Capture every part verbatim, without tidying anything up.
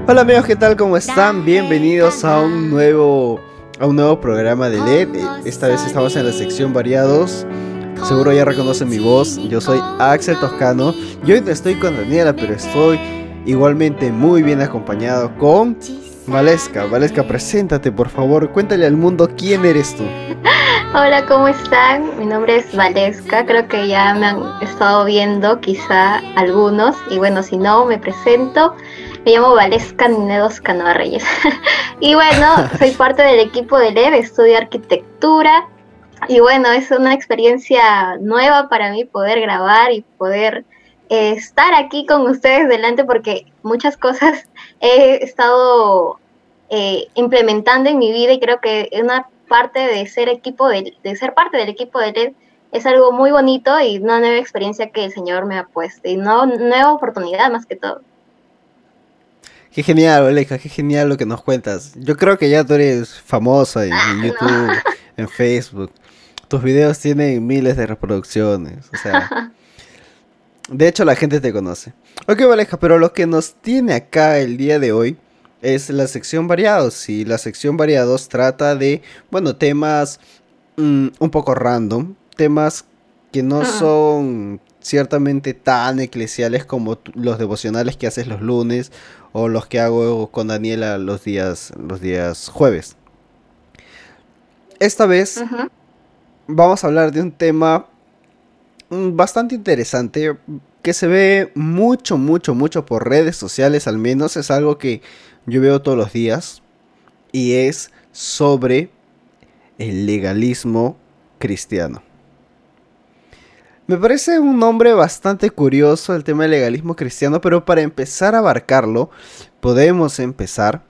Hola amigos, ¿qué tal? ¿Cómo están? Bienvenidos a un nuevo a un nuevo programa de L E D. Esta vez estamos en la sección variados. Seguro ya reconocen mi voz. Yo soy Axel Toscano y hoy no estoy con Daniela, pero estoy igualmente muy bien acompañado con Valesca. Valesca, preséntate por favor, cuéntale al mundo quién eres tú. Hola, ¿cómo están? Mi nombre es Valesca, creo que ya me han estado viendo quizá algunos, y bueno, si no, me presento. Me llamo Valesca Ninedos Canoa Reyes. Y bueno, soy parte del equipo de L E D, estudio arquitectura. Y bueno, es una experiencia nueva para mí poder grabar y poder eh, estar aquí con ustedes delante, porque muchas cosas he estado eh, implementando en mi vida, y creo que una parte de ser equipo de, de ser parte del equipo de L E D es algo muy bonito y una nueva experiencia que el Señor me ha puesto, y no nueva oportunidad más que todo. Qué genial, Valesca, qué genial lo que nos cuentas. Yo creo que ya tú eres famosa en, en YouTube, No. en Facebook. Tus videos tienen miles de reproducciones, o sea, de hecho la gente te conoce. Ok, Valesca, pero lo que nos tiene acá el día de hoy es la sección variados. Y la sección variados trata de, bueno, temas mm, un poco random, temas que no Mm, son ciertamente tan eclesiales como tu- los devocionales que haces los lunes o los que hago con Daniela los días, los días jueves. Esta vez ujú. vamos a hablar de un tema mm, bastante interesante que se ve mucho, mucho, mucho por redes sociales, al menos es algo que yo veo todos los días y es sobre el legalismo cristiano. Me parece un nombre bastante curioso el tema del legalismo cristiano, pero para empezar a abarcarlo podemos empezar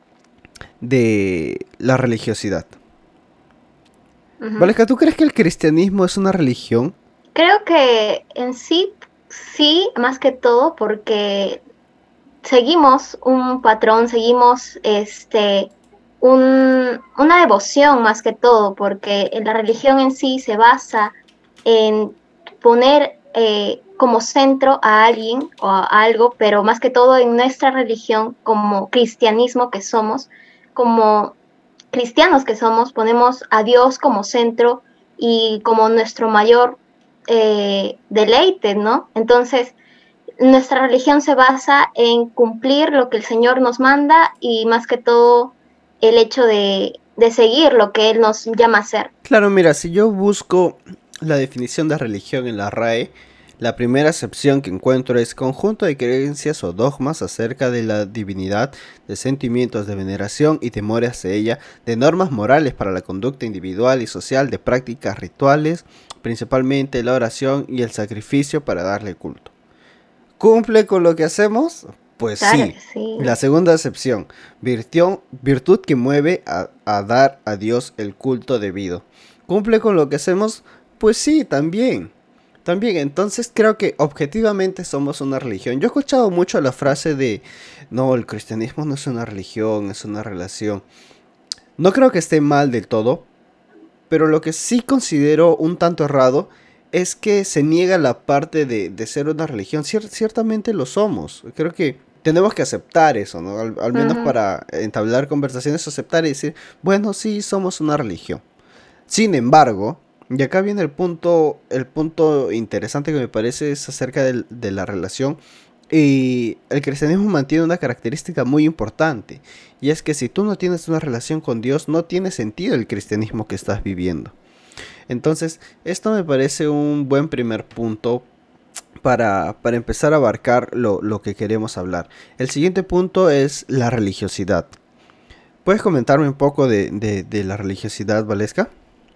de la religiosidad. Ujú. Valesca, ¿tú crees que el cristianismo es una religión? Creo que en sí, sí, más que todo, porque seguimos un patrón, seguimos este un, una devoción más que todo, porque la religión en sí se basa en poner eh, como centro a alguien o a algo, pero más que todo en nuestra religión como cristianismo que somos, como cristianos que somos, ponemos a Dios como centro y como nuestro mayor eh, deleite, ¿no? Entonces, nuestra religión se basa en cumplir lo que el Señor nos manda, y más que todo el hecho de, de seguir lo que Él nos llama a hacer. Claro, mira, si yo busco la definición de religión en la R A E, la primera acepción que encuentro es conjunto de creencias o dogmas acerca de la divinidad, de sentimientos de veneración y temor hacia ella, de normas morales para la conducta individual y social, de prácticas rituales, principalmente la oración y el sacrificio para darle culto. ¿Cumple con lo que hacemos? Pues Claro sí. que sí. La segunda acepción, virtud, virtud que mueve a, a dar a Dios el culto debido. ¿Cumple con lo que hacemos? Pues sí, también. También, entonces creo que objetivamente somos una religión. Yo he escuchado mucho la frase de, no, el cristianismo no es una religión, es una relación. No creo que esté mal del todo, pero lo que sí considero un tanto errado es que se niega la parte de, de ser una religión. Cier- ciertamente lo somos. Creo que tenemos que aceptar eso, ¿no? Al, al menos Ujú. para entablar conversaciones, aceptar y decir, bueno, sí, somos una religión. Sin embargo, y acá viene el punto, el punto interesante que me parece es acerca del- de la relación. Y el cristianismo mantiene una característica muy importante. Y es que si tú no tienes una relación con Dios, no tiene sentido el cristianismo que estás viviendo. Entonces, esto me parece un buen primer punto para, para empezar a abarcar lo, lo que queremos hablar. El siguiente punto es la religiosidad. ¿Puedes comentarme un poco de, de, de la religiosidad, Valesca?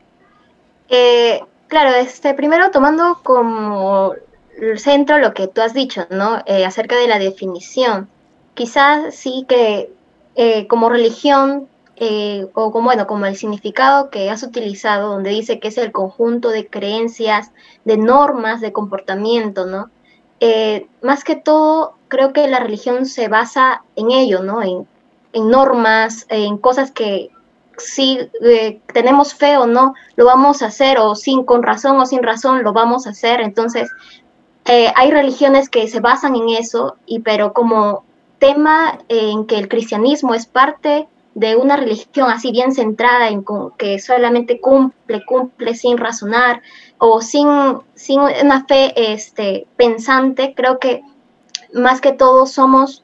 Eh, claro, este, primero tomando como el centro lo que tú has dicho, ¿no? Eh, acerca de la definición. Quizás sí que eh, como religión, eh, o como, bueno, como el significado que has utilizado, donde dice que es el conjunto de creencias, de normas, de comportamiento, ¿no? Eh, más que todo, creo que la religión se basa en ello, ¿no? En, en normas, en cosas que si eh, tenemos fe o no, lo vamos a hacer, o sin, con razón o sin razón, lo vamos a hacer. Entonces, eh, hay religiones que se basan en eso, y pero como tema en que el cristianismo es parte de una religión así bien centrada en que solamente cumple, cumple sin razonar o sin, sin una fe este, pensante, creo que más que todo somos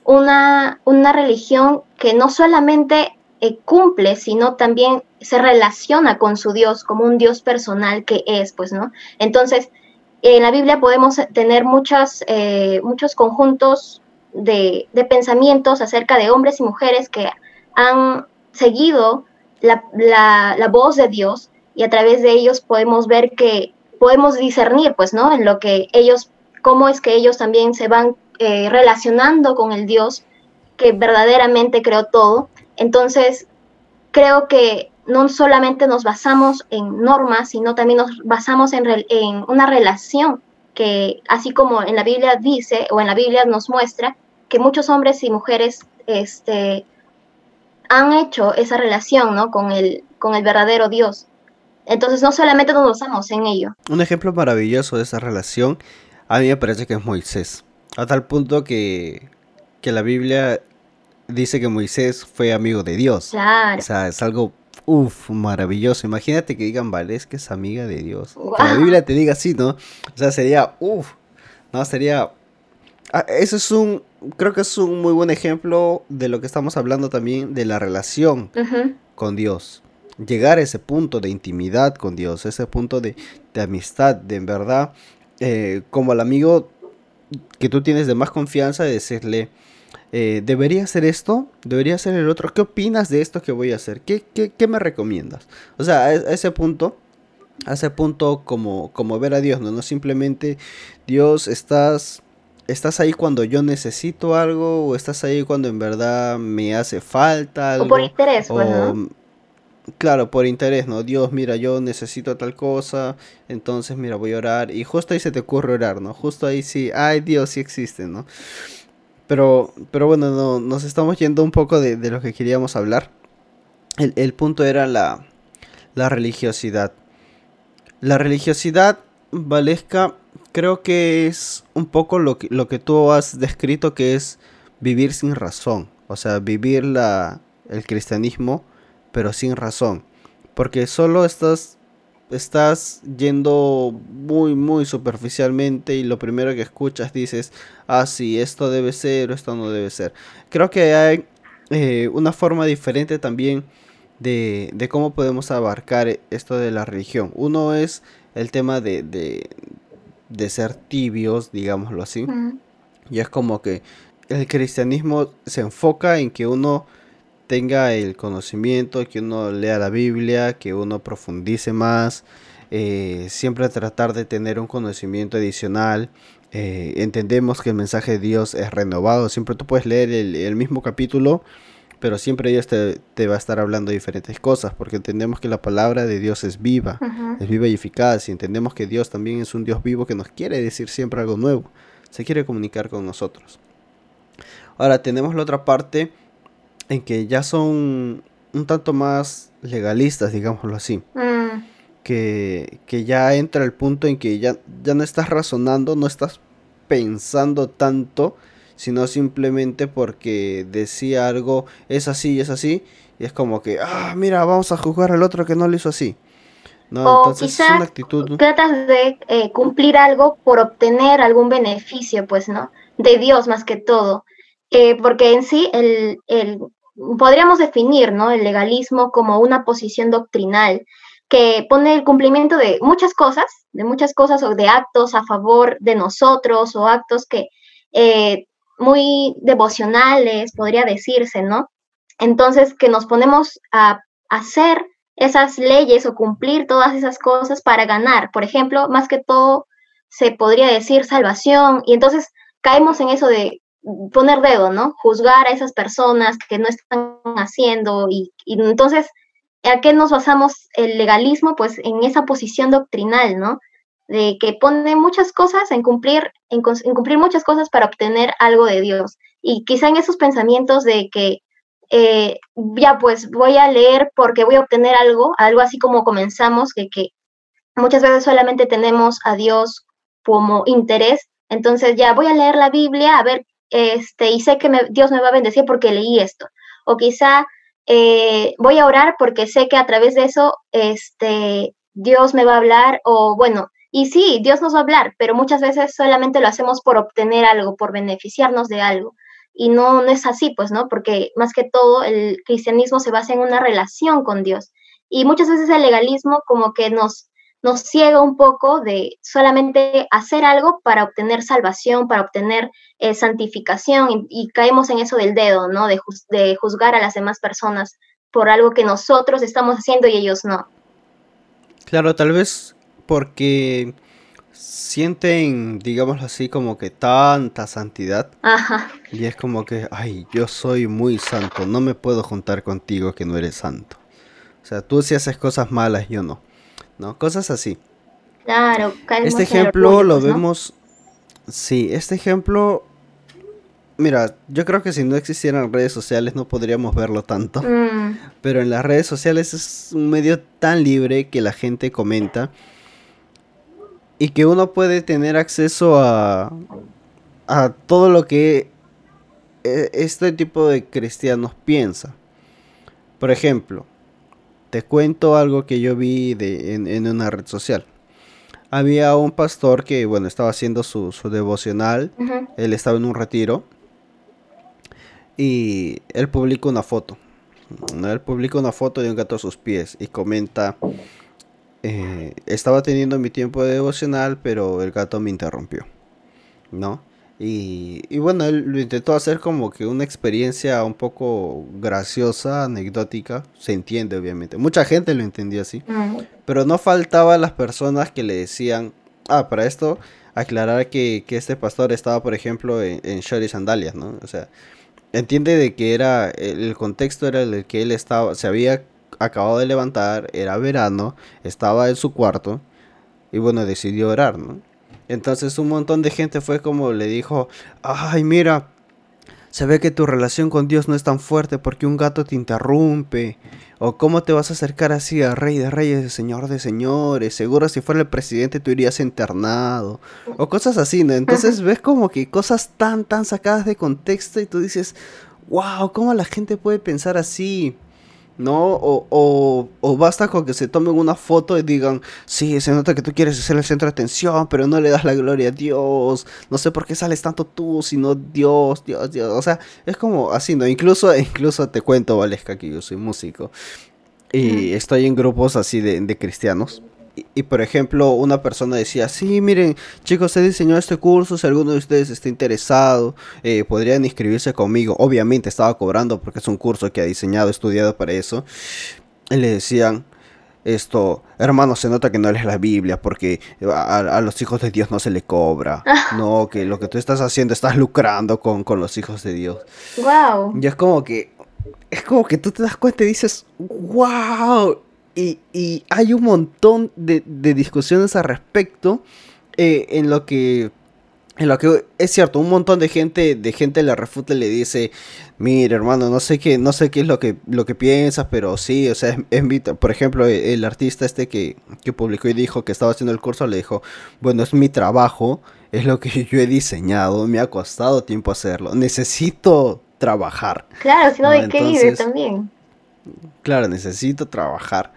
una, una religión que no solamente eh, cumple, sino también se relaciona con su Dios como un Dios personal que es, pues, ¿no? Entonces, en la Biblia podemos tener muchas, eh, muchos conjuntos de, de pensamientos acerca de hombres y mujeres que han seguido la, la, la voz de Dios y a través de ellos podemos ver que podemos discernir, pues, ¿no? En lo que ellos, cómo es que ellos también se van eh, relacionando con el Dios que verdaderamente creó todo. Entonces, creo que no solamente nos basamos en normas, sino también nos basamos en, re, en una relación que, así como en la Biblia dice, o en la Biblia nos muestra, que muchos hombres y mujeres este, han hecho esa relación, ¿no? Con el, con el verdadero Dios. Entonces no solamente nos basamos en ello. Un ejemplo maravilloso de esa relación a mí me parece que es Moisés, a tal punto que, que la Biblia dice que Moisés fue amigo de Dios. Claro. O sea, es algo uff, maravilloso. Imagínate que digan, vale, es que es amiga de Dios. Wow. Que la Biblia te diga así, ¿no? O sea, sería uff, no, sería... Ah, eso es un, creo que es un muy buen ejemplo de lo que estamos hablando también, de la relación uh-huh. con Dios. Llegar a ese punto de intimidad con Dios, ese punto de, de amistad, de en verdad, eh, como el amigo que tú tienes de más confianza, de decirle, eh, ¿debería hacer esto? ¿Debería hacer el otro? ¿Qué opinas de esto que voy a hacer? ¿Qué, qué, qué me recomiendas? O sea, a, a ese punto, a ese punto como, como ver a Dios, ¿no? No simplemente, Dios, estás... ¿Estás ahí cuando yo necesito algo? ¿O estás ahí cuando en verdad me hace falta algo? O por interés, o, pues, ¿no? Claro, por interés, ¿no? Dios, mira, yo necesito tal cosa, entonces, mira, voy a orar. Y justo ahí se te ocurre orar, ¿no? Justo ahí sí, ay, Dios, sí existe, ¿no? Pero, pero bueno, no, nos estamos yendo un poco de, de lo que queríamos hablar. El, el punto era la, la religiosidad. La religiosidad, Valesca, creo que es un poco lo que, lo que tú has descrito, que es vivir sin razón. O sea, vivir la, el cristianismo, pero sin razón. Porque solo estás, estás yendo muy, muy superficialmente y lo primero que escuchas dices, ah, sí, esto debe ser o esto no debe ser. Creo que hay eh, una forma diferente también de, de cómo podemos abarcar esto de la religión. Uno es el tema de, de, de ser tibios, digámoslo así. Uh-huh. Y es como que el cristianismo se enfoca en que uno tenga el conocimiento, que uno lea la Biblia, que uno profundice más, eh, siempre tratar de tener un conocimiento adicional. Eh, entendemos que el mensaje de Dios es renovado, siempre tú puedes leer el, el mismo capítulo, pero siempre Dios te, te va a estar hablando de diferentes cosas, porque entendemos que la palabra de Dios es viva, uh-huh. es viva y eficaz, y entendemos que Dios también es un Dios vivo que nos quiere decir siempre algo nuevo, se quiere comunicar con nosotros. Ahora tenemos la otra parte en que ya son un tanto más legalistas, digámoslo así, mm. que, que ya entra el punto en que ya, ya no estás razonando, no estás pensando tanto, sino simplemente porque decía algo, es así, es así, y es como que, ah, mira, vamos a juzgar al otro que no lo hizo así. ¿No? O Entonces quizás es una actitud... tratas de eh, cumplir algo por obtener algún beneficio, pues, ¿no? De Dios más que todo. Eh, porque en sí, el, el, podríamos definir, ¿no? El legalismo como una posición doctrinal que pone el cumplimiento de muchas cosas, de muchas cosas o de actos a favor de nosotros o actos que... Eh, muy devocionales, podría decirse, ¿no? Entonces, que nos ponemos a hacer esas leyes o cumplir todas esas cosas para ganar. Por ejemplo, más que todo se podría decir salvación, y entonces caemos en eso de poner dedo, ¿no? Juzgar a esas personas que no están haciendo, y, y entonces, ¿a qué nos basamos el legalismo? Pues en esa posición doctrinal, ¿no? De que pone muchas cosas en cumplir, en, en cumplir muchas cosas para obtener algo de Dios. Y quizá en esos pensamientos de que eh, ya pues voy a leer porque voy a obtener algo, algo así como comenzamos, que, que muchas veces solamente tenemos a Dios como interés, entonces ya voy a leer la Biblia a ver este, y sé que me, Dios me va a bendecir porque leí esto. O quizá eh, voy a orar porque sé que a través de eso este, Dios me va a hablar, o bueno, y sí, Dios nos va a hablar, pero muchas veces solamente lo hacemos por obtener algo, por beneficiarnos de algo. Y no, no es así, pues, ¿no? Porque más que todo el cristianismo se basa en una relación con Dios. Y muchas veces el legalismo como que nos, nos ciega un poco de solamente hacer algo para obtener salvación, para obtener eh, santificación, y, y, caemos en eso del dedo, ¿no? De, juz, de juzgar a las demás personas por algo que nosotros estamos haciendo y ellos no. Claro, tal vez porque sienten, digámoslo así, como que tanta santidad. Ajá. Y es como que, ay, yo soy muy santo, no me puedo juntar contigo que no eres santo. O sea, tú sí haces cosas malas, yo no. ¿No? Cosas así. Claro, este ejemplo orgullo, lo pues, vemos... ¿no? Sí, este ejemplo... Mira, yo creo que si no existieran redes sociales no podríamos verlo tanto. Mm. Pero en las redes sociales es un medio tan libre que la gente comenta. Y que uno puede tener acceso a... a todo lo que este tipo de cristianos piensa. Por ejemplo, te cuento algo que yo vi de, en, en una red social. Había un pastor que, bueno, estaba haciendo su, su devocional. Uh-huh. Él estaba en un retiro. Y él publica una foto. Él publica una foto de un gato a sus pies. Y comenta, eh, estaba teniendo mi tiempo de devocional, pero el gato me interrumpió, ¿no? Y, y bueno, él lo intentó hacer como que una experiencia un poco graciosa, anecdótica. Se entiende, obviamente. Mucha gente lo entendió así. Uh-huh. Pero no faltaban las personas que le decían... Ah, para esto, aclarar que, que este pastor estaba, por ejemplo, en, en short y sandalias, ¿no? O sea, entiende de que era... El contexto era el que él estaba... Se había acabado de levantar, era verano, estaba en su cuarto. Y bueno, decidió orar, ¿no? Entonces un montón de gente fue como le dijo, ay, mira, se ve que tu relación con Dios no es tan fuerte porque un gato te interrumpe. O cómo te vas a acercar así al Rey de Reyes, Señor de Señores. Seguro si fuera el presidente tú irías internado. O cosas así, ¿no? Entonces ves como que cosas tan, tan sacadas de contexto y tú dices, wow, ¿cómo la gente puede pensar así? ¿No? O, o, o basta con que se tomen una foto y digan, sí, se nota que tú quieres ser el centro de atención, pero no le das la gloria a Dios. No sé por qué sales tanto tú, sino Dios, Dios, Dios. O sea, es como así, ¿no? Incluso, incluso te cuento, Valesca, que yo soy músico. Y mm. estoy en grupos así de, de cristianos. Y, y por ejemplo, una persona decía, sí, miren, chicos, he diseñado este curso, si alguno de ustedes está interesado, eh, podrían inscribirse conmigo. Obviamente estaba cobrando porque es un curso que ha diseñado, estudiado para eso. Y le decían, esto, hermano, se nota que no lees la Biblia porque a, a los hijos de Dios no se le cobra. No, que lo que tú estás haciendo, estás lucrando con, con los hijos de Dios. Wow. Y es como que, es como que tú te das cuenta y dices, wow. Y, y hay un montón de, de discusiones al respecto, eh, en lo que en lo que es cierto, un montón de gente de gente le refuta y le dice, mira, hermano, no sé qué no sé qué es lo que lo que piensas, pero sí, o sea, es, es, por ejemplo, el, el artista este que, que publicó y dijo que estaba haciendo el curso, le dijo, bueno, es mi trabajo, es lo que yo he diseñado, me ha costado tiempo hacerlo, necesito trabajar. Claro, si no, ¿de qué vive también? Claro, necesito trabajar.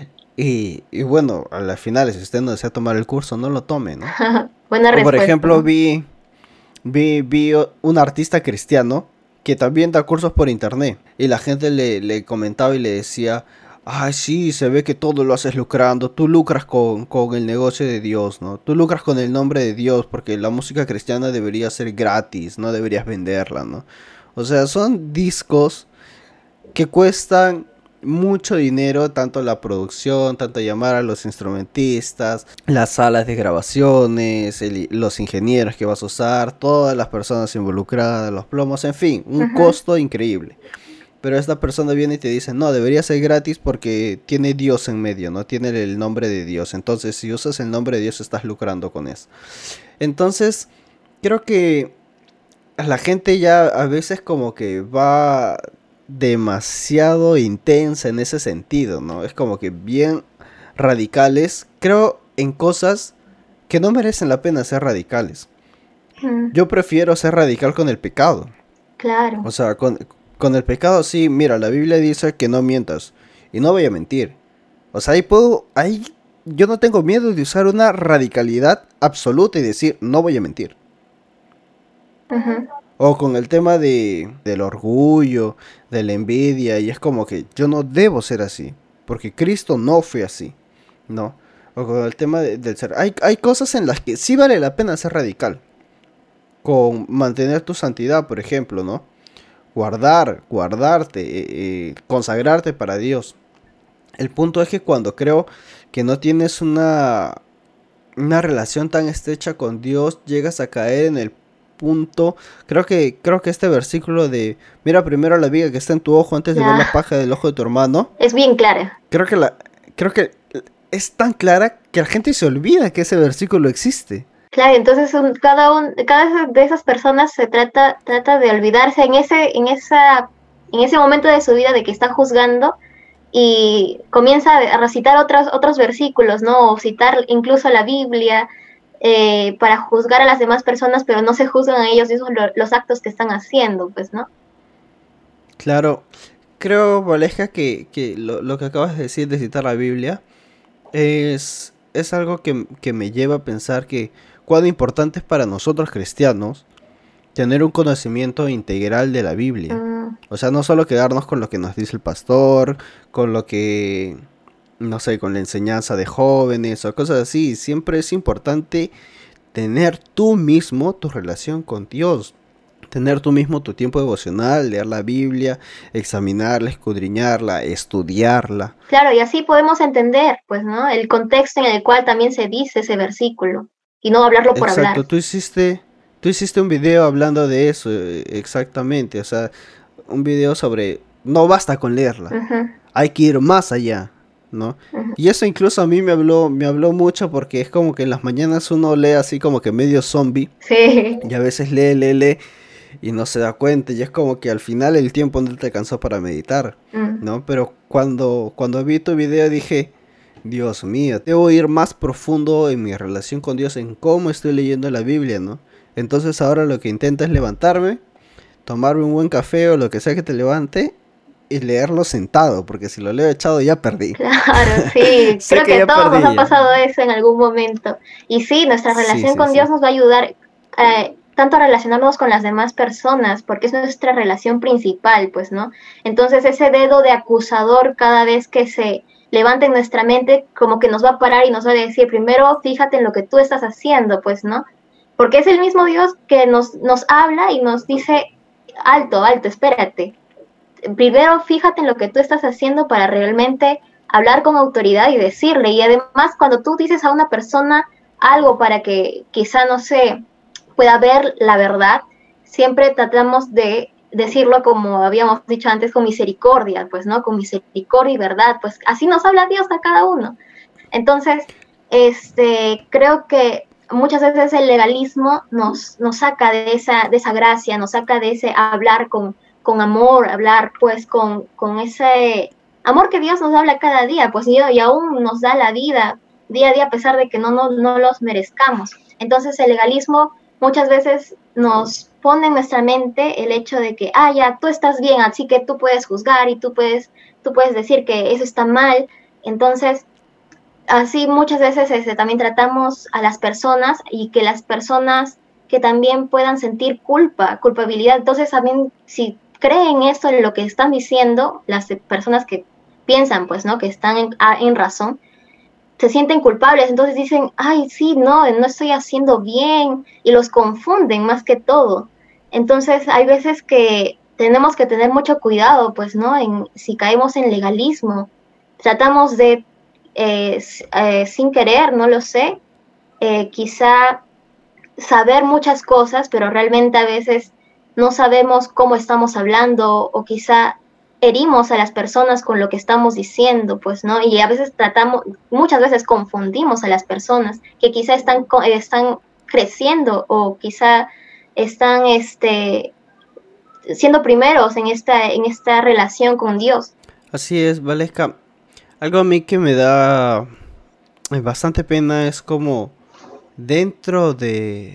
Y, y bueno, a las finales, si usted no desea tomar el curso, no lo tome, ¿no? Buena o respuesta. Por ejemplo, vi, vi, vi un artista cristiano que también da cursos por internet. Y la gente le, le comentaba y le decía, ay, sí, se ve que todo lo haces lucrando. Tú lucras con, con el negocio de Dios, ¿no? Tú lucras con el nombre de Dios porque la música cristiana debería ser gratis, no deberías venderla, ¿no? O sea, son discos que cuestan mucho dinero, tanto la producción, tanto llamar a los instrumentistas, las salas de grabaciones, el, los ingenieros que vas a usar, todas las personas involucradas, los plomos, en fin, un uh-huh. costo increíble. Pero esta persona viene y te dice, no, debería ser gratis porque tiene Dios en medio, no tiene el nombre de Dios. Entonces, si usas el nombre de Dios, estás lucrando con eso. Entonces, creo que la gente ya a veces como que va demasiado intensa en ese sentido, ¿no? Es como que bien radicales, creo, en cosas que no merecen la pena ser radicales. Mm, Yo prefiero ser radical con el pecado. claro. O sea, con, con el pecado sí, mira, la Biblia dice que no mientas. Y no voy a mentir. O sea, ahí puedo, ahí yo no tengo miedo de usar una radicalidad absoluta y decir, no voy a mentir. Ujú. O con el tema de, del orgullo, de la envidia, y es como que yo no debo ser así, porque Cristo no fue así, ¿no? O con el tema de- del ser. Hay, hay cosas en las que sí vale la pena ser radical, con mantener tu santidad, por ejemplo, ¿no? Guardar, guardarte, eh, eh, consagrarte para Dios. El punto es que cuando creo que no tienes una, una relación tan estrecha con Dios, llegas a caer en el punto, creo que, creo que este versículo de mira primero la viga que está en tu ojo antes de ver la Ya, paja del ojo de tu hermano, es bien clara. creo que la, creo que es tan clara que la gente se olvida que ese versículo existe. Claro, entonces un- cada un, cada de esas personas se trata, trata de olvidarse en ese, en esa, en ese momento de su vida de que está juzgando y comienza a recitar otros, otros versículos, ¿no? O citar incluso la Biblia eh, para juzgar a las demás personas, pero no se juzgan a ellos mismos lo- los actos que están haciendo, pues, ¿no? Claro, creo, Valesca, que, que lo, lo que acabas de decir de citar la Biblia es, es algo que, que me lleva a pensar que cuán importante es para nosotros cristianos tener un conocimiento integral de la Biblia. Mm, O sea, no solo quedarnos con lo que nos dice el pastor, con lo que, no sé, con la enseñanza de jóvenes o cosas así. Siempre es importante tener tú mismo tu relación con Dios. Tener tú mismo tu tiempo devocional, leer la Biblia, examinarla, escudriñarla, estudiarla. claro, y así podemos entender, pues, ¿no? El contexto en el cual también se dice ese versículo y no hablarlo por hablar. Exacto, tú hiciste, tú hiciste un video hablando de eso, eh, exactamente. O sea, un video sobre no basta con leerla, Ujú, hay que ir más allá, ¿no? ujú. Y eso incluso a mí me habló, me habló mucho porque es como que en las mañanas uno lee así como que medio zombie Sí, y a veces lee, lee, lee y no se da cuenta y es como que al final el tiempo no te alcanzó para meditar, mm, ¿no? Pero cuando, cuando vi tu video dije, Dios mío, debo ir más profundo en mi relación con Dios, en cómo estoy leyendo la Biblia, ¿no? Entonces ahora lo que intento es levantarme, tomarme un buen café o lo que sea que te levante y leerlo sentado, porque si lo leo echado ya perdí. claro, sí, Sé creo que que ya todos nos perdí ha ya. pasado eso en algún momento. Y sí, nuestra Sí, relación sí, con sí. Dios nos va a ayudar eh, tanto a relacionarnos con las demás personas, porque es nuestra relación principal, pues, ¿no? Entonces ese dedo de acusador cada vez que se levanta en nuestra mente, como que nos va a parar y nos va a decir, primero fíjate en lo que tú estás haciendo, pues, ¿no? Porque es el mismo Dios que nos, nos habla y nos dice, alto, alto, espérate, primero fíjate en lo que tú estás haciendo para realmente hablar con autoridad y decirle. Y además, cuando tú dices a una persona algo para que quizá, no sé, pueda ver la verdad, siempre tratamos de decirlo como habíamos dicho antes, con misericordia, pues, ¿no? Con misericordia y verdad, pues así nos habla Dios a cada uno. Entonces, este, creo que muchas veces el legalismo nos, nos saca de esa, de esa gracia, nos saca de ese hablar con, con amor, hablar pues con, con ese amor que Dios nos habla cada día, pues y, y aún nos da la vida día a día a pesar de que no, no, no los merezcamos. Entonces el legalismo muchas veces nos pone en nuestra mente el hecho de que, ah, ya, tú estás bien, así que tú puedes juzgar y tú puedes, tú puedes decir que eso está mal. Entonces, así muchas veces este, también tratamos a las personas y que las personas que también puedan sentir culpa, culpabilidad. Entonces también si creen esto en lo que están diciendo, las personas que piensan pues, ¿no? Que están en, en razón, se sienten culpables, entonces dicen, ay, sí, no, no estoy haciendo bien y los confunden más que todo. Entonces hay veces que tenemos que tener mucho cuidado, pues, ¿no? En, si caemos en legalismo, tratamos de eh, eh, sin querer, no lo sé, eh, quizá saber muchas cosas, pero realmente a veces no sabemos cómo estamos hablando o quizá herimos a las personas con lo que estamos diciendo, pues, ¿no? Y a veces tratamos, muchas veces confundimos a las personas que quizá están, están creciendo o quizá están este, siendo primeros en esta, en esta relación con Dios. Así es, Valesca. Algo a mí que me da bastante pena es como dentro de,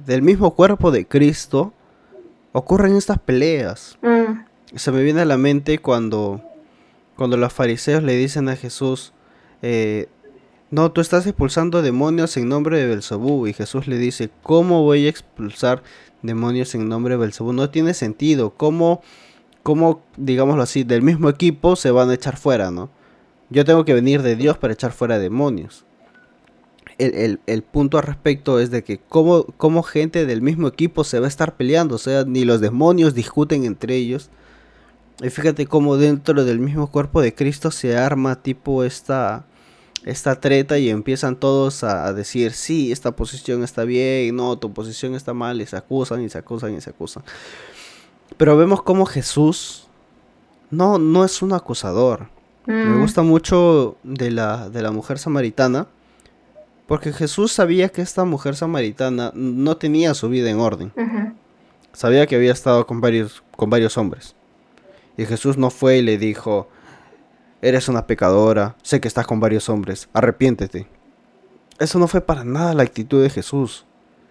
del mismo cuerpo de Cristo ocurren estas peleas. Mm. Se me viene a la mente cuando, cuando los fariseos le dicen a Jesús, eh, no, tú estás expulsando demonios en nombre de Belzebú. Y Jesús le dice, ¿cómo voy a expulsar demonios en nombre de Belzebú? No tiene sentido. ¿Cómo, cómo, digámoslo así, del mismo equipo se van a echar fuera, ¿no? Yo tengo que venir de Dios para echar fuera demonios. El, el, el punto al respecto es de que cómo, cómo gente del mismo equipo se va a estar peleando. O sea, ni los demonios discuten entre ellos. Y fíjate cómo dentro del mismo cuerpo de Cristo se arma tipo esta, esta treta y empiezan todos a, a decir, sí, esta posición está bien, no, tu posición está mal, y se acusan y se acusan y se acusan. Pero vemos cómo Jesús no, no es un acusador. Mm. Me gusta mucho de la, de la mujer samaritana, porque Jesús sabía que esta mujer samaritana no tenía su vida en orden. Uh-huh. Sabía que había estado con varios, con varios hombres. Y Jesús no fue y le dijo, eres una pecadora, sé que estás con varios hombres, arrepiéntete. Eso no fue para nada la actitud de Jesús.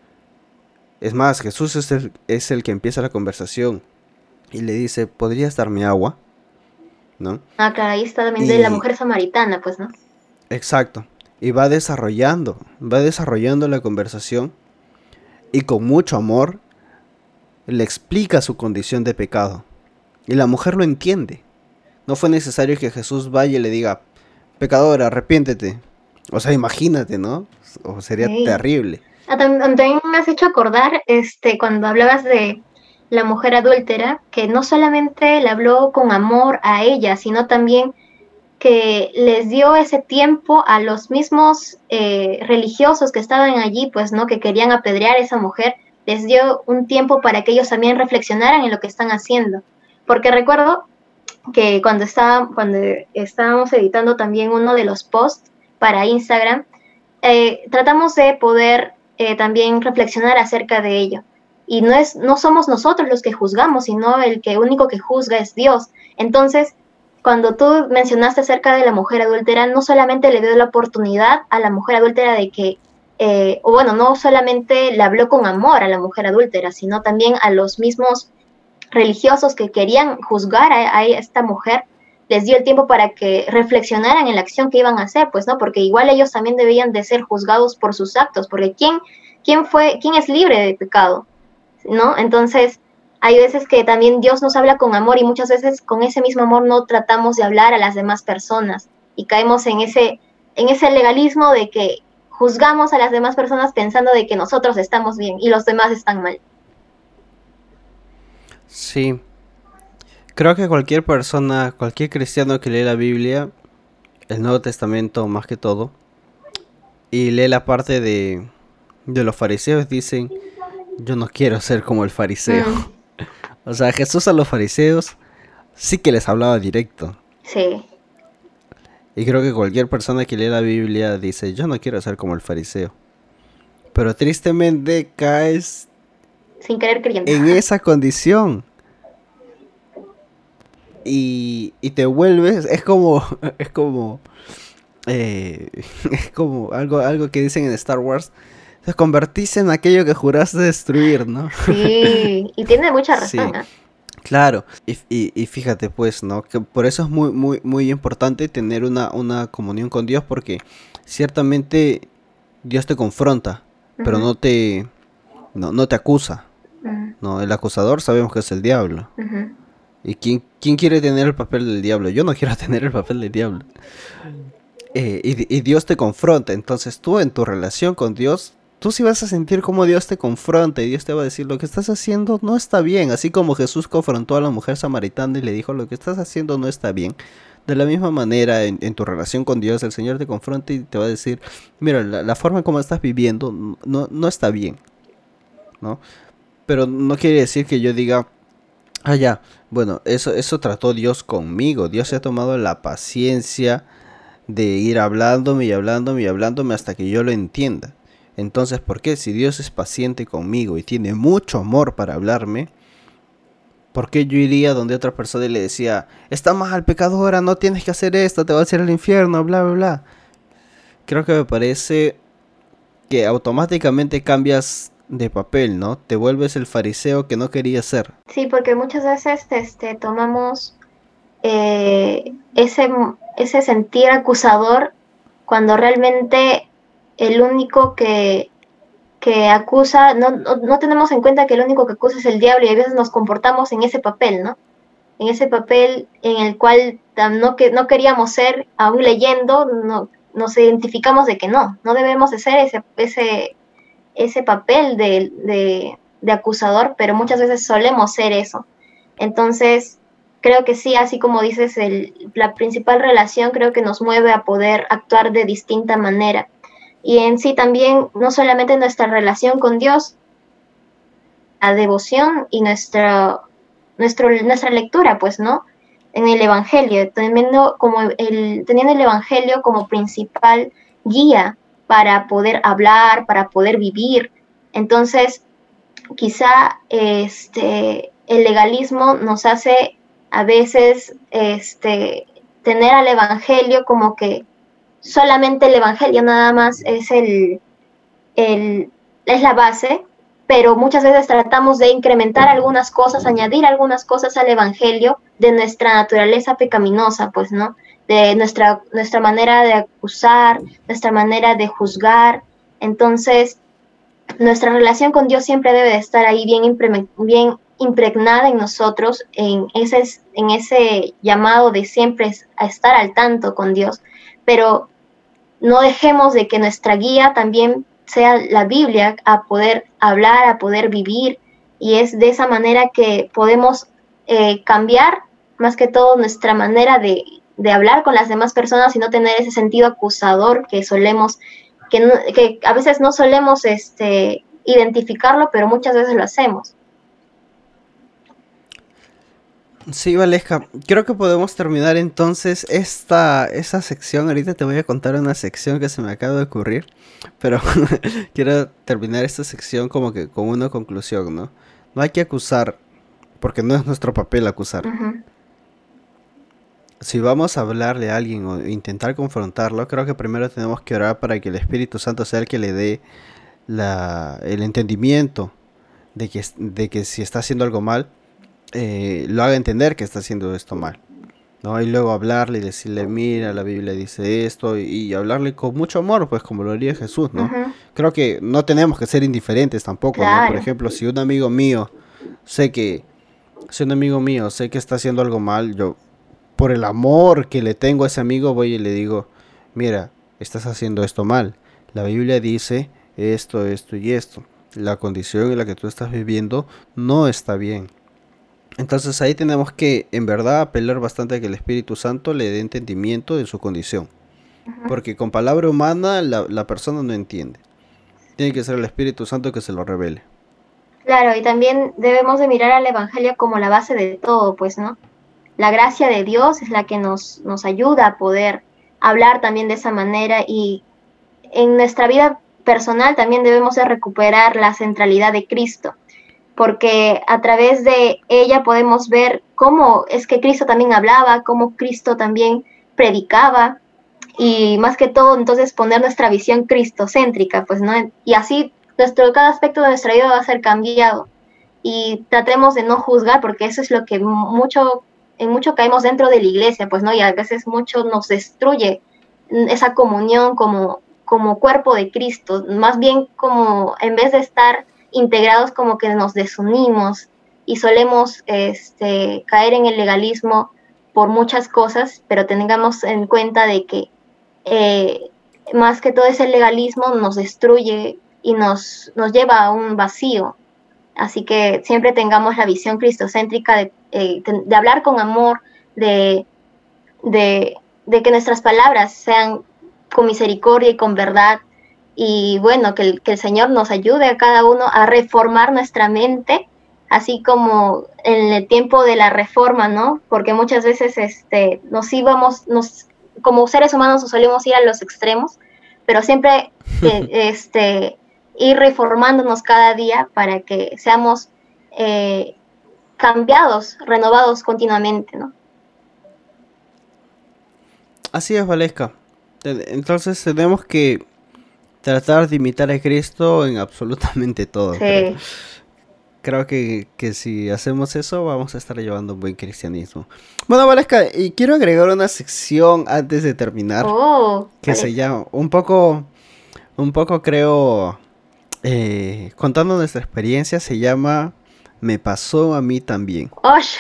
Es más, Jesús es el, es el que empieza la conversación y le dice, ¿podrías darme agua? ¿No? Ah, claro, ahí está también y... de la mujer samaritana, pues, ¿no? Exacto. Y va desarrollando, va desarrollando la conversación y con mucho amor le explica su condición de pecado. Y la mujer lo entiende. No fue necesario que Jesús vaya y le diga, pecadora, arrepiéntete. O sea, imagínate, ¿no? O sería sí. terrible. Ah, también me has hecho acordar, este, cuando hablabas de la mujer adúltera, que no solamente le habló con amor a ella, sino también que les dio ese tiempo a los mismos eh, religiosos que estaban allí, pues, ¿no? Que querían apedrear a esa mujer, les dio un tiempo para que ellos también reflexionaran en lo que están haciendo. Porque recuerdo que cuando, estaba, cuando estábamos editando también uno de los posts para Instagram, eh, tratamos de poder eh, también reflexionar acerca de ello. Y no, es, no somos nosotros los que juzgamos, sino el que único que juzga es Dios. Entonces, cuando tú mencionaste acerca de la mujer adúltera, no solamente le dio la oportunidad a la mujer adúltera de que, eh, o bueno, no solamente le habló con amor a la mujer adúltera, sino también a los mismos religiosos que querían juzgar a, a esta mujer, les dio el tiempo para que reflexionaran en la acción que iban a hacer, pues, ¿no? Porque igual ellos también debían de ser juzgados por sus actos, porque ¿quién, quién fue, quién es libre de pecado? ¿No? Entonces, hay veces que también Dios nos habla con amor y muchas veces con ese mismo amor no tratamos de hablar a las demás personas y caemos en ese, en ese legalismo de que juzgamos a las demás personas pensando de que nosotros estamos bien y los demás están mal. Sí, creo que cualquier persona, cualquier cristiano que lee la Biblia, el Nuevo Testamento más que todo, y lee la parte de, de los fariseos, dicen, yo no quiero ser como el fariseo. Mm. O sea, Jesús a los fariseos sí que les hablaba directo. Sí. Y creo que cualquier persona que lee la Biblia dice, yo no quiero ser como el fariseo. Pero tristemente caes sin querer queriendo en esa condición. Y, y te vuelves, es como, es como, eh, es como algo, algo que dicen en Star Wars, te convertís en aquello que juraste destruir, ¿no? Sí, y tiene mucha razón, sí, ¿eh? Claro, y, y, y fíjate pues, ¿no? Que por eso es muy, muy, muy importante tener una, una comunión con Dios, porque ciertamente Dios te confronta, uh-huh. pero no te, no, no te acusa. Uh-huh. No, el acusador sabemos que es el diablo. Uh-huh. ¿Y quién, quién quiere tener el papel del diablo? Yo no quiero tener el papel del diablo. Eh, y, y Dios te confronta. Entonces tú en tu relación con Dios, tú sí vas a sentir como Dios te confronta. Y Dios te va a decir, lo que estás haciendo no está bien. Así como Jesús confrontó a la mujer samaritana y le dijo, lo que estás haciendo no está bien. De la misma manera, en, en tu relación con Dios, el Señor te confronta y te va a decir, mira, la, la forma como estás viviendo no, no está bien, ¿no? Pero no quiere decir que yo diga, ah, ya, bueno, eso, eso trató Dios conmigo. Dios se ha tomado la paciencia de ir hablándome y hablándome y hablándome hasta que yo lo entienda. Entonces, ¿por qué? Si Dios es paciente conmigo y tiene mucho amor para hablarme, ¿por qué yo iría donde otra persona y le decía, está mal, pecadora, no tienes que hacer esto, te vas a ir al infierno, bla, bla, bla? Creo que me parece que automáticamente cambias de papel, ¿no? Te vuelves el fariseo que no quería ser. Sí, porque muchas veces este, tomamos eh, ese, ese sentir acusador cuando realmente el único que, que acusa, no, no, no tenemos en cuenta que el único que acusa es el diablo y a veces nos comportamos en ese papel, ¿no? En ese papel en el cual no, que, no queríamos ser, aún leyendo, no, nos identificamos de que no, no debemos de ser ese, ese, ese papel de, de, de acusador, pero muchas veces solemos ser eso. Entonces, creo que sí, así como dices, el, la principal relación creo que nos mueve a poder actuar de distinta manera. Y en sí también, no solamente nuestra relación con Dios, la devoción y nuestra, nuestro, nuestra lectura, pues, ¿no? En el Evangelio, teniendo, como el, teniendo el Evangelio como principal guía para poder hablar, para poder vivir. Entonces, quizá este, el legalismo nos hace a veces este, tener al Evangelio como que solamente el Evangelio nada más es, el, el, es la base, pero muchas veces tratamos de incrementar algunas cosas, añadir algunas cosas al Evangelio de nuestra naturaleza pecaminosa, pues, ¿no? De nuestra, nuestra manera de acusar, nuestra manera de juzgar. Entonces, nuestra relación con Dios siempre debe de estar ahí bien, impre bien impregnada en nosotros, en ese, en ese llamado de siempre a estar al tanto con Dios, pero no dejemos de que nuestra guía también sea la Biblia, a poder hablar, a poder vivir, y es de esa manera que podemos eh, cambiar más que todo nuestra manera de, de hablar con las demás personas y no tener ese sentido acusador que solemos Que, no, que, a veces no solemos este, identificarlo, pero muchas veces lo hacemos. Sí, Valesca, creo que podemos terminar entonces esta, esta sección. Ahorita te voy a contar una sección que se me acaba de ocurrir, pero quiero terminar esta sección como que con una conclusión, ¿no? No hay que acusar, porque no es nuestro papel acusar. Uh-huh. Si vamos a hablarle a alguien o intentar confrontarlo, creo que primero tenemos que orar para que el Espíritu Santo sea el que le dé la, el entendimiento de que, de que si está haciendo algo mal, eh, lo haga entender que está haciendo esto mal, ¿no? Y luego hablarle y decirle, mira, la Biblia dice esto, y, y hablarle con mucho amor, pues como lo haría Jesús, ¿no? Uh-huh. Creo que no tenemos que ser indiferentes tampoco, claro, ¿no? Por ejemplo, si un amigo mío, sé que, si un amigo mío sé que está haciendo algo mal, yo, por el amor que le tengo a ese amigo, voy y le digo, mira, estás haciendo esto mal. La Biblia dice esto, esto y esto. La condición en la que tú estás viviendo no está bien. Entonces ahí tenemos que, en verdad, apelar bastante a que el Espíritu Santo le dé entendimiento de su condición. Uh-huh. Porque con palabra humana la, la persona no entiende. Tiene que ser el Espíritu Santo que se lo revele. Claro, y también debemos de mirar al Evangelio como la base de todo, pues, ¿no? La gracia de Dios es la que nos, nos ayuda a poder hablar también de esa manera, y en nuestra vida personal también debemos de recuperar la centralidad de Cristo, porque a través de ella podemos ver cómo es que Cristo también hablaba, cómo Cristo también predicaba, y más que todo entonces poner nuestra visión cristocéntrica, pues, ¿no? Y así nuestro, cada aspecto de nuestra vida va a ser cambiado, y tratemos de no juzgar, porque eso es lo que mucho, en mucho caemos dentro de la iglesia, pues, ¿no? Y a veces mucho nos destruye esa comunión como, como cuerpo de Cristo, más bien como en vez de estar integrados, como que nos desunimos y solemos este, caer en el legalismo por muchas cosas, pero tengamos en cuenta de que eh, más que todo ese legalismo nos destruye y nos, nos lleva a un vacío. Así que siempre tengamos la visión cristocéntrica de, eh, de hablar con amor, de, de, de que nuestras palabras sean con misericordia y con verdad. Y bueno, que el, que el Señor nos ayude a cada uno a reformar nuestra mente, así como en el tiempo de la reforma, ¿no? Porque muchas veces este, nos íbamos, nos, como seres humanos nos solemos ir a los extremos, pero siempre eh, este, ir reformándonos cada día para que seamos eh, cambiados, renovados continuamente, ¿no? Así es, Valesca. Entonces tenemos que tratar de imitar a Cristo en absolutamente todo. Sí. Creo, creo que, que si hacemos eso vamos a estar llevando un buen cristianismo. Bueno, Valesca, y quiero agregar una sección antes de terminar Oh, que ¿cuál se es? llama un poco, un poco creo, eh, contando nuestra experiencia, se llama Me pasó a mí también. Osh,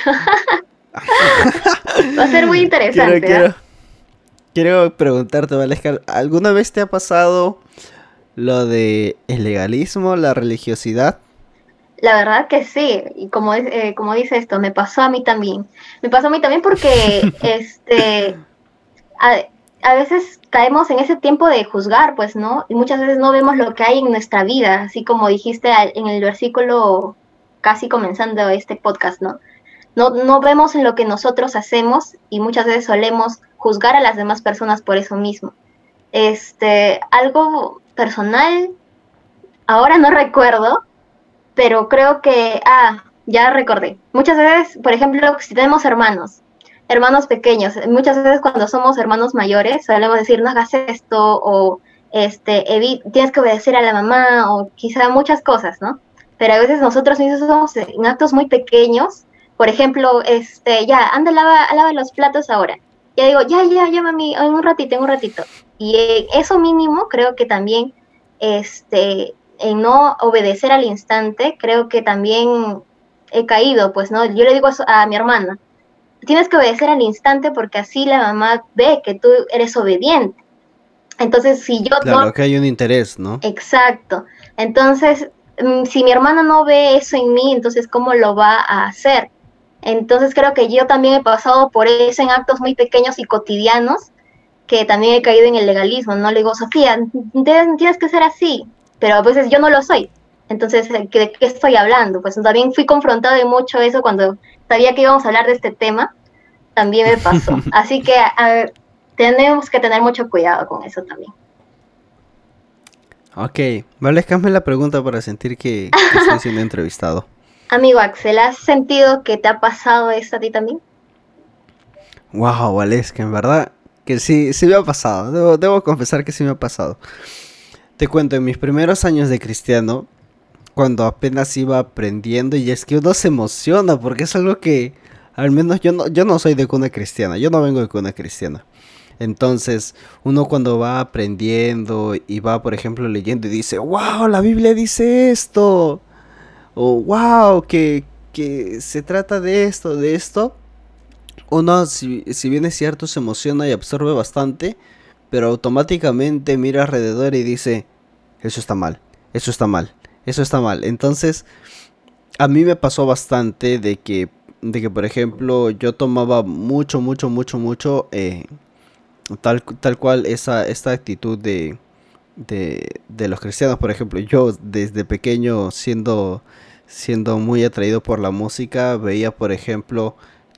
va a ser muy Quiero, interesante, ¿ah? quiero, quiero preguntarte, Valesca, ¿alguna vez te ha pasado lo de el legalismo, la religiosidad? La verdad que sí, y como, es- eh, como dice esto, me pasó a mí también. Me pasó a mí también porque este, a, a veces caemos en ese tiempo de juzgar, pues, ¿no? Y muchas veces no vemos lo que hay en nuestra vida, así como dijiste al- en el versículo casi comenzando este podcast, ¿no? No, no vemos en lo que nosotros hacemos y muchas veces solemos juzgar a las demás personas por eso mismo. Este, algo personal, ahora no recuerdo, pero creo que, ah, ya recordé. Muchas veces, por ejemplo, si tenemos hermanos, hermanos pequeños, muchas veces cuando somos hermanos mayores, solemos decir, no hagas esto, o este, evi- tienes que obedecer a la mamá, o quizá muchas cosas, ¿no? Pero a veces nosotros mismos somos en actos muy pequeños, por ejemplo, este, ya, anda, lava, lava los platos ahora. Ya digo, ya, ya, ya, mami, en un ratito, en un ratito. Y eh, eso mínimo creo que también, este, en no obedecer al instante, creo que también he caído, pues, ¿no? Yo le digo eso a mi hermana, tienes que obedecer al instante porque así la mamá ve que tú eres obediente. Entonces, si yo no, Claro, que hay un interés, ¿no? exacto. Entonces, mm, si mi hermana no ve eso en mí, entonces, ¿cómo lo va a hacer? Entonces, creo que yo también he pasado por eso en actos muy pequeños y cotidianos, que también he caído en el legalismo, ¿no? Le digo, Sofía, tienes que ser así, pero a veces yo no lo soy. Entonces, ¿de qué estoy hablando? Pues también fui confrontada de mucho eso cuando sabía que íbamos a hablar de este tema, también me pasó. Así que a, tenemos que tener mucho cuidado con eso también. Ok, vale, hazme la pregunta para sentir que, que estoy siendo entrevistado. Amigo Axel, ¿has sentido que te ha pasado eso a ti también? Wow, vale, es que en verdad que sí, sí me ha pasado. Debo, debo confesar que sí me ha pasado. Te cuento, en mis primeros años de cristiano, cuando apenas iba aprendiendo, y es que uno se emociona porque es algo que, al menos yo no, yo no soy de cuna cristiana, yo no vengo de cuna cristiana. Entonces, uno cuando va aprendiendo y va, por ejemplo, leyendo y dice, wow, la Biblia dice esto, o wow, que, que se trata de esto, de esto, uno, si, si bien es cierto, se emociona y absorbe bastante, pero automáticamente mira alrededor y dice, eso está mal, eso está mal, eso está mal. Entonces, a mí me pasó bastante de que, de que por ejemplo, yo tomaba mucho, mucho, mucho, mucho, eh, tal, tal cual esa, esta actitud de, de, de los cristianos. Por ejemplo, yo desde pequeño siendo, siendo muy atraído por la música, veía por ejemplo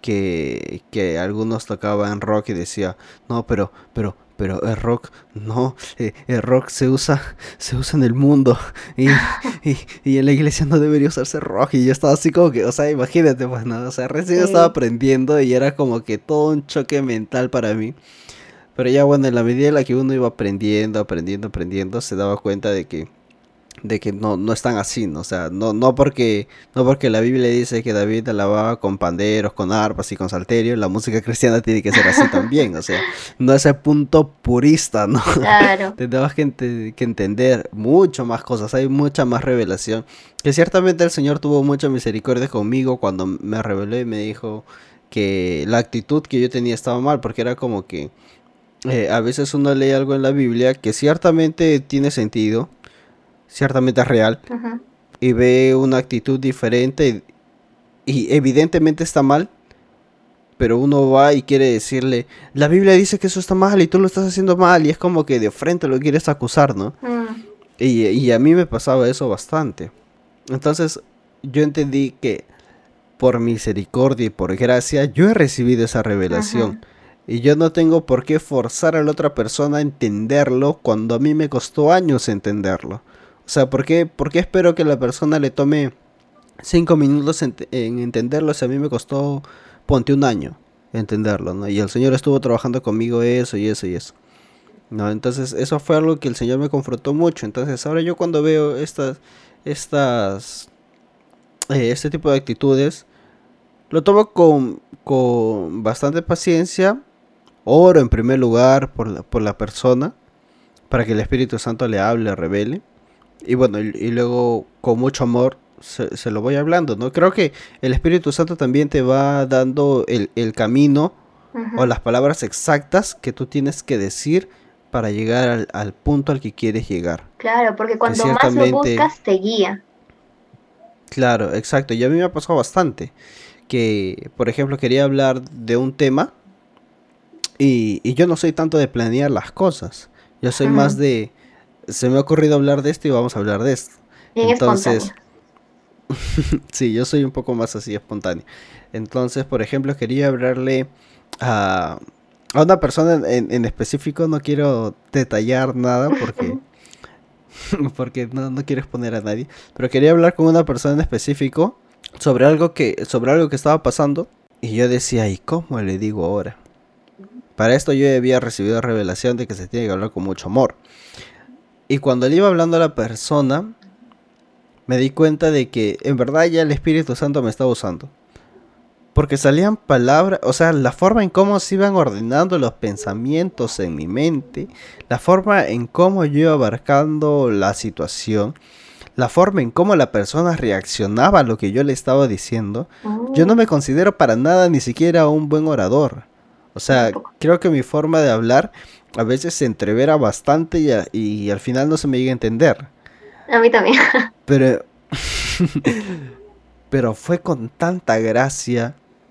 que, que algunos tocaban rock y decía, no, pero, pero, pero el rock, no, eh, el rock se usa, se usa en el mundo y, y, y en la iglesia no debería usarse rock. Y yo estaba así como que, o sea, imagínate, pues, ¿no? O sea, recién estaba Sí. aprendiendo y era como que todo un choque mental para mí. Pero ya bueno, en la medida en la que uno iba aprendiendo, aprendiendo, aprendiendo, se daba cuenta de que, de que no, no es tan así, ¿no? O sea, no, no porque, no porque la Biblia dice que David alababa con panderos, con arpas y con salterio, la música cristiana tiene que ser así también, o sea, no ese punto purista, ¿no? Claro. Tenemos que, ente- que entender mucho más cosas, hay mucha más revelación, que ciertamente el Señor tuvo mucha misericordia conmigo cuando me reveló y me dijo que la actitud que yo tenía estaba mal, porque era como que eh, a veces uno lee algo en la Biblia que ciertamente tiene sentido, ciertamente es real, Ujú. y ve una actitud diferente y, y evidentemente está mal, pero uno va y quiere decirle, la Biblia dice que eso está mal y tú lo estás haciendo mal, y es como que de frente lo quieres acusar, ¿no? Mm, Y, y a mí me pasaba eso bastante. Entonces yo entendí que por misericordia y por gracia, yo he recibido esa revelación. ujú. Y yo no tengo por qué forzar a la otra persona a entenderlo cuando a mí me costó años entenderlo. O sea, ¿por qué, por qué espero que la persona le tome cinco minutos en, en entenderlo si a mí me costó, ponte un año entenderlo, ¿no? Y el Señor estuvo trabajando conmigo eso y eso y eso. ¿no? Entonces eso fue algo que el Señor me confrontó mucho. Entonces ahora yo cuando veo estas, estas, eh, este tipo de actitudes, lo tomo con, con bastante paciencia. Oro en primer lugar por la, por la persona, para que el Espíritu Santo le hable, le revele. Y bueno, y, y luego con mucho amor se, se lo voy hablando, ¿no? Creo que el Espíritu Santo también te va dando el, el camino Ujú. o las palabras exactas que tú tienes que decir para llegar al, al punto al que quieres llegar. Claro, porque Que cuando más lo ciertamente, buscas, te guía. claro, exacto. Y a mí me ha pasado bastante. Que, por ejemplo, quería hablar de un tema y, y yo no soy tanto de planear las cosas. Yo soy más Ujú. de, se me ha ocurrido hablar de esto y vamos a hablar de esto. Bien espontáneo. Entonces, sí, yo soy un poco más así espontáneo. Entonces, por ejemplo, quería hablarle a, a una persona en, en- en específico. No quiero detallar nada porque, porque no, no quiero exponer a nadie. Pero quería hablar con una persona en específico sobre algo que, sobre algo que estaba pasando. Y yo decía, ¿y cómo le digo ahora? Para esto yo había recibido revelación de que se tiene que hablar con mucho amor. Y cuando le iba hablando a la persona, me di cuenta de que en verdad ya el Espíritu Santo me estaba usando. Porque salían palabras, o sea, la forma en cómo se iban ordenando los pensamientos en mi mente, la forma en cómo yo iba abarcando la situación, la forma en cómo la persona reaccionaba a lo que yo le estaba diciendo. Yo no Mm, me considero para nada ni siquiera un buen orador. O yo sea, tampoco. creo que mi forma de hablar a veces se entrevera bastante y, a- y al final no se me llega a entender. A mí también. Pero, pero fue con tanta gracia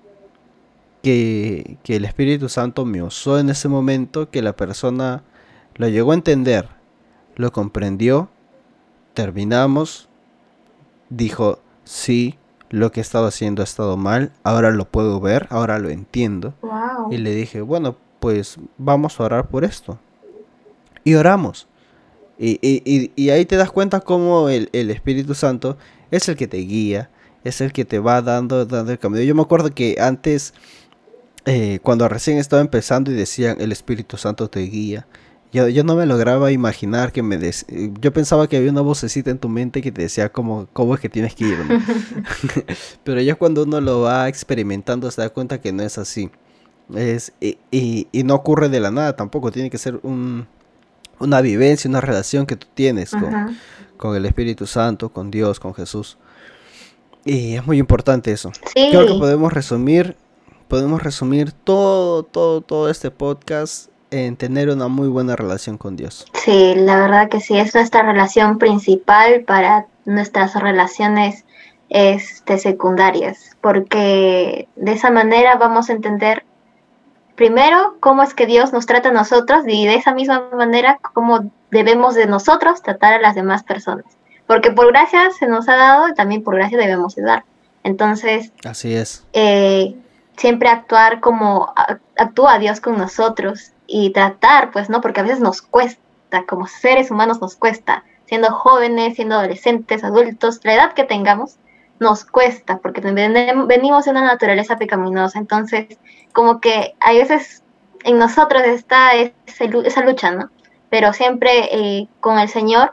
que, que el Espíritu Santo me usó en ese momento, que la persona lo llegó a entender, lo comprendió, terminamos, dijo, sí, lo que he estado haciendo ha estado mal, ahora lo puedo ver, ahora lo entiendo. Y Wow. le dije, bueno, pues vamos a orar por esto. Y oramos. Y, y, y, y ahí te das cuenta cómo el, el Espíritu Santo es el que te guía, es el que te va dando, dando el camino. Yo me acuerdo que antes, eh, cuando recién estaba empezando y decían el Espíritu Santo te guía, yo, yo no me lograba imaginar que me des... Yo pensaba que había una vocecita en tu mente que te decía cómo, cómo es que tienes que ir, ¿no? Pero ya cuando uno lo va experimentando se da cuenta que no es así. Es, y, y, y no ocurre de la nada tampoco, tiene que ser un, una vivencia, una relación que tú tienes con, Ujú. con el Espíritu Santo, con Dios, con Jesús. Y es muy importante eso. Creo que Sí, podemos resumir, podemos resumir todo, todo, todo este podcast en tener una muy buena relación con Dios. sí, la verdad que sí, es nuestra relación principal para nuestras relaciones este, secundarias, porque de esa manera vamos a entender primero cómo es que Dios nos trata a nosotros y de esa misma manera cómo debemos de nosotros tratar a las demás personas, porque por gracia se nos ha dado y también por gracia debemos de dar. Entonces, Así es. eh, siempre actuar como a- actúa Dios con nosotros y tratar, pues, ¿no? Porque a veces nos cuesta, como seres humanos nos cuesta, siendo jóvenes, siendo adolescentes, adultos, la edad que tengamos, nos cuesta, porque ven- venimos de una naturaleza pecaminosa. Entonces, como que hay veces en nosotros está ese lu- esa lucha, ¿no? Pero siempre eh, con el Señor,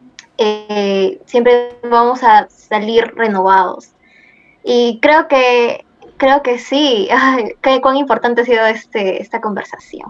eh, siempre vamos a salir renovados. Y creo que, creo que sí. Ay, qué cuán importante ha sido este, esta conversación.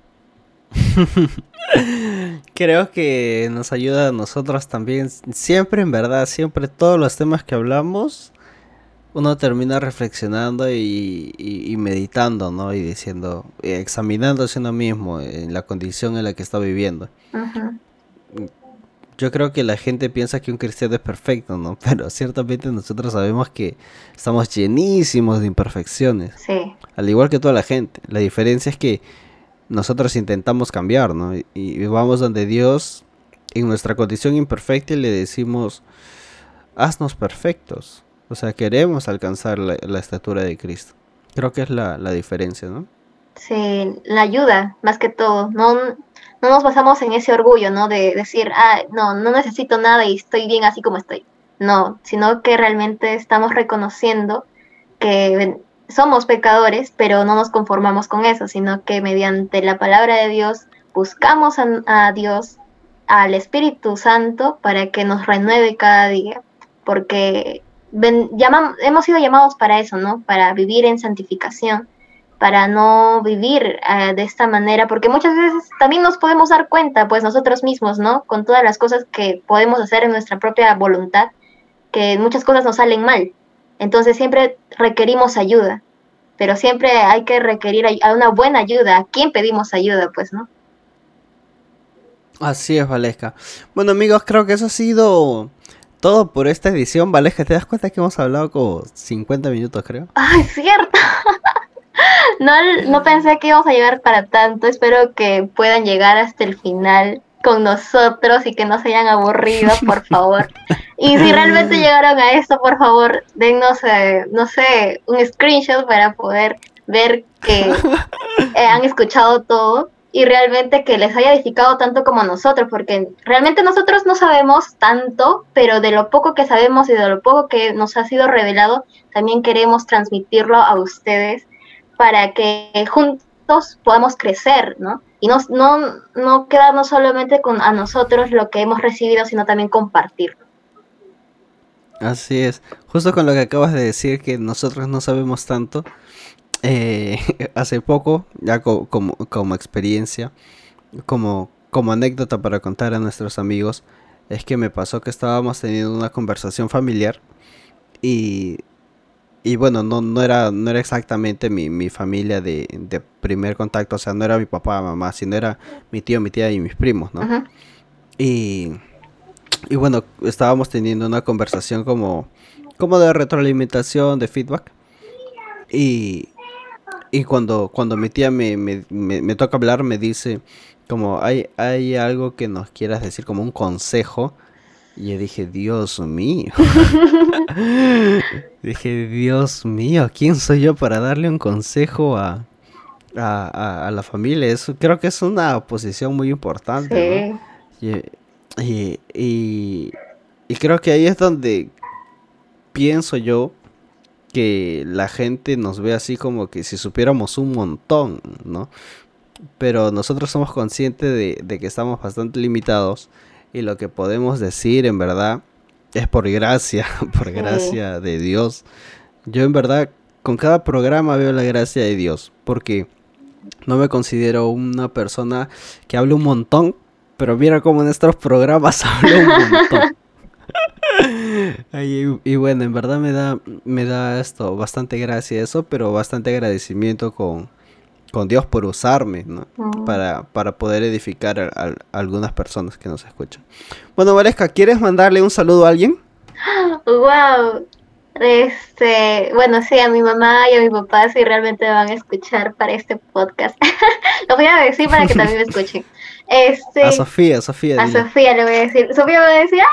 Creo que nos ayuda a nosotros también. Siempre, en verdad, siempre todos los temas que hablamos, uno termina reflexionando y, y- y meditando, ¿no? Y diciendo, eh, examinándose uno mismo en la condición en la que está viviendo. Ujú. Yo creo que la gente piensa que un cristiano es perfecto, ¿no? Pero ciertamente nosotros sabemos que estamos llenísimos de imperfecciones, Sí, al igual que toda la gente. La diferencia es que nosotros intentamos cambiar, ¿no? Y, y vamos donde Dios, en nuestra condición imperfecta, y le decimos, haznos perfectos. O sea, queremos alcanzar la, la estatura de Cristo. Creo que es la, la diferencia, ¿no? sí, la ayuda, más que todo. No, no nos basamos en ese orgullo, ¿no? De decir, ah, no, no necesito nada y estoy bien así como estoy. No, sino que realmente estamos reconociendo que somos pecadores, pero no nos conformamos con eso, sino que mediante la palabra de Dios buscamos a, a Dios, al Espíritu Santo, para que nos renueve cada día, porque ven, llaman, hemos sido llamados para eso, ¿no? Para vivir en santificación, para no vivir uh, de esta manera, porque muchas veces también nos podemos dar cuenta, pues nosotros mismos, ¿no? Con todas las cosas que podemos hacer en nuestra propia voluntad, que muchas cosas nos salen mal. Entonces siempre requerimos ayuda, pero siempre hay que requerir a una buena ayuda. ¿A quién pedimos ayuda, pues, no? Así es, Valesca. Bueno, amigos, creo que eso ha sido todo por esta edición. Valesca, ¿te das cuenta que hemos hablado como cincuenta minutos, creo? ¡Ay, cierto! No, no pensé que íbamos a llegar para tanto. Espero que puedan llegar hasta el final con nosotros y que no se hayan aburrido, por favor. Y si realmente llegaron a esto, por favor, dennos, eh, no sé, un screenshot para poder ver que eh, han escuchado todo y realmente que les haya edificado tanto como nosotros, porque realmente nosotros no sabemos tanto, pero de lo poco que sabemos y de lo poco que nos ha sido revelado, también queremos transmitirlo a ustedes para que juntos podamos crecer, ¿no? Y no, no, no quedarnos solamente con a nosotros lo que hemos recibido, sino también compartirlo. Así es. Justo con lo que acabas de decir, que nosotros no sabemos tanto, eh, hace poco, ya co como, como experiencia, como, como anécdota para contar a nuestros amigos, es que me pasó que estábamos teniendo una conversación familiar y... Y bueno, no, no era no era exactamente mi, mi familia de, de primer contacto, o sea, no era mi papá, mamá, sino era mi tío, mi tía y mis primos, ¿no? Uh-huh. Y, y bueno, estábamos teniendo una conversación como, como de retroalimentación, de feedback. Y, y cuando, cuando mi tía me, me, me, me toca hablar, me dice como, ¿hay, hay algo que nos quieras decir, como un consejo? Y yo dije, Dios mío. Dije, Dios mío, ¿quién soy yo para darle un consejo a, a, a, a la familia? Eso creo que es una posición muy importante, sí. ¿No? Y, y, y, y creo que ahí es donde pienso yo que la gente nos ve así como que si supiéramos un montón, ¿no? Pero nosotros somos conscientes de, de que estamos bastante limitados. Y lo que podemos decir en verdad es por gracia, por gracia de Dios. Yo en verdad con cada programa veo la gracia de Dios, porque no me considero una persona que hable un montón, pero mira cómo en estos programas hablo un montón. y, y bueno, en verdad me da, me da esto bastante gracia eso, pero bastante agradecimiento con... con Dios por usarme, ¿no? Uh-huh. para, para poder edificar a, a, a algunas personas que nos escuchan. Bueno, Valesca, ¿quieres mandarle un saludo a alguien? ¡Wow! Este, bueno, sí, a mi mamá y a mi papá sí realmente me van a escuchar para este podcast. Lo voy a decir para que también me escuchen. Este, a Sofía, Sofía. A dile. Sofía le voy a decir. Sofía me va a decir,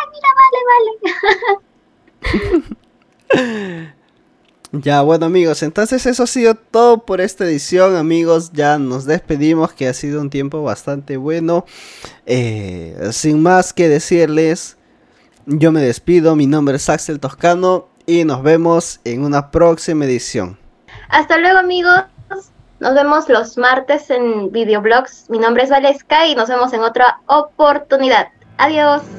¡ay, mira, vale, vale! Ya, bueno amigos, entonces eso ha sido todo por esta edición, amigos. Ya nos despedimos, que ha sido un tiempo bastante bueno. Eh, sin más que decirles, yo me despido. Mi nombre es Axel Toscano y nos vemos en una próxima edición. Hasta luego, amigos. Nos vemos los martes en videoblogs. Mi nombre es Valesca y nos vemos en otra oportunidad. Adiós.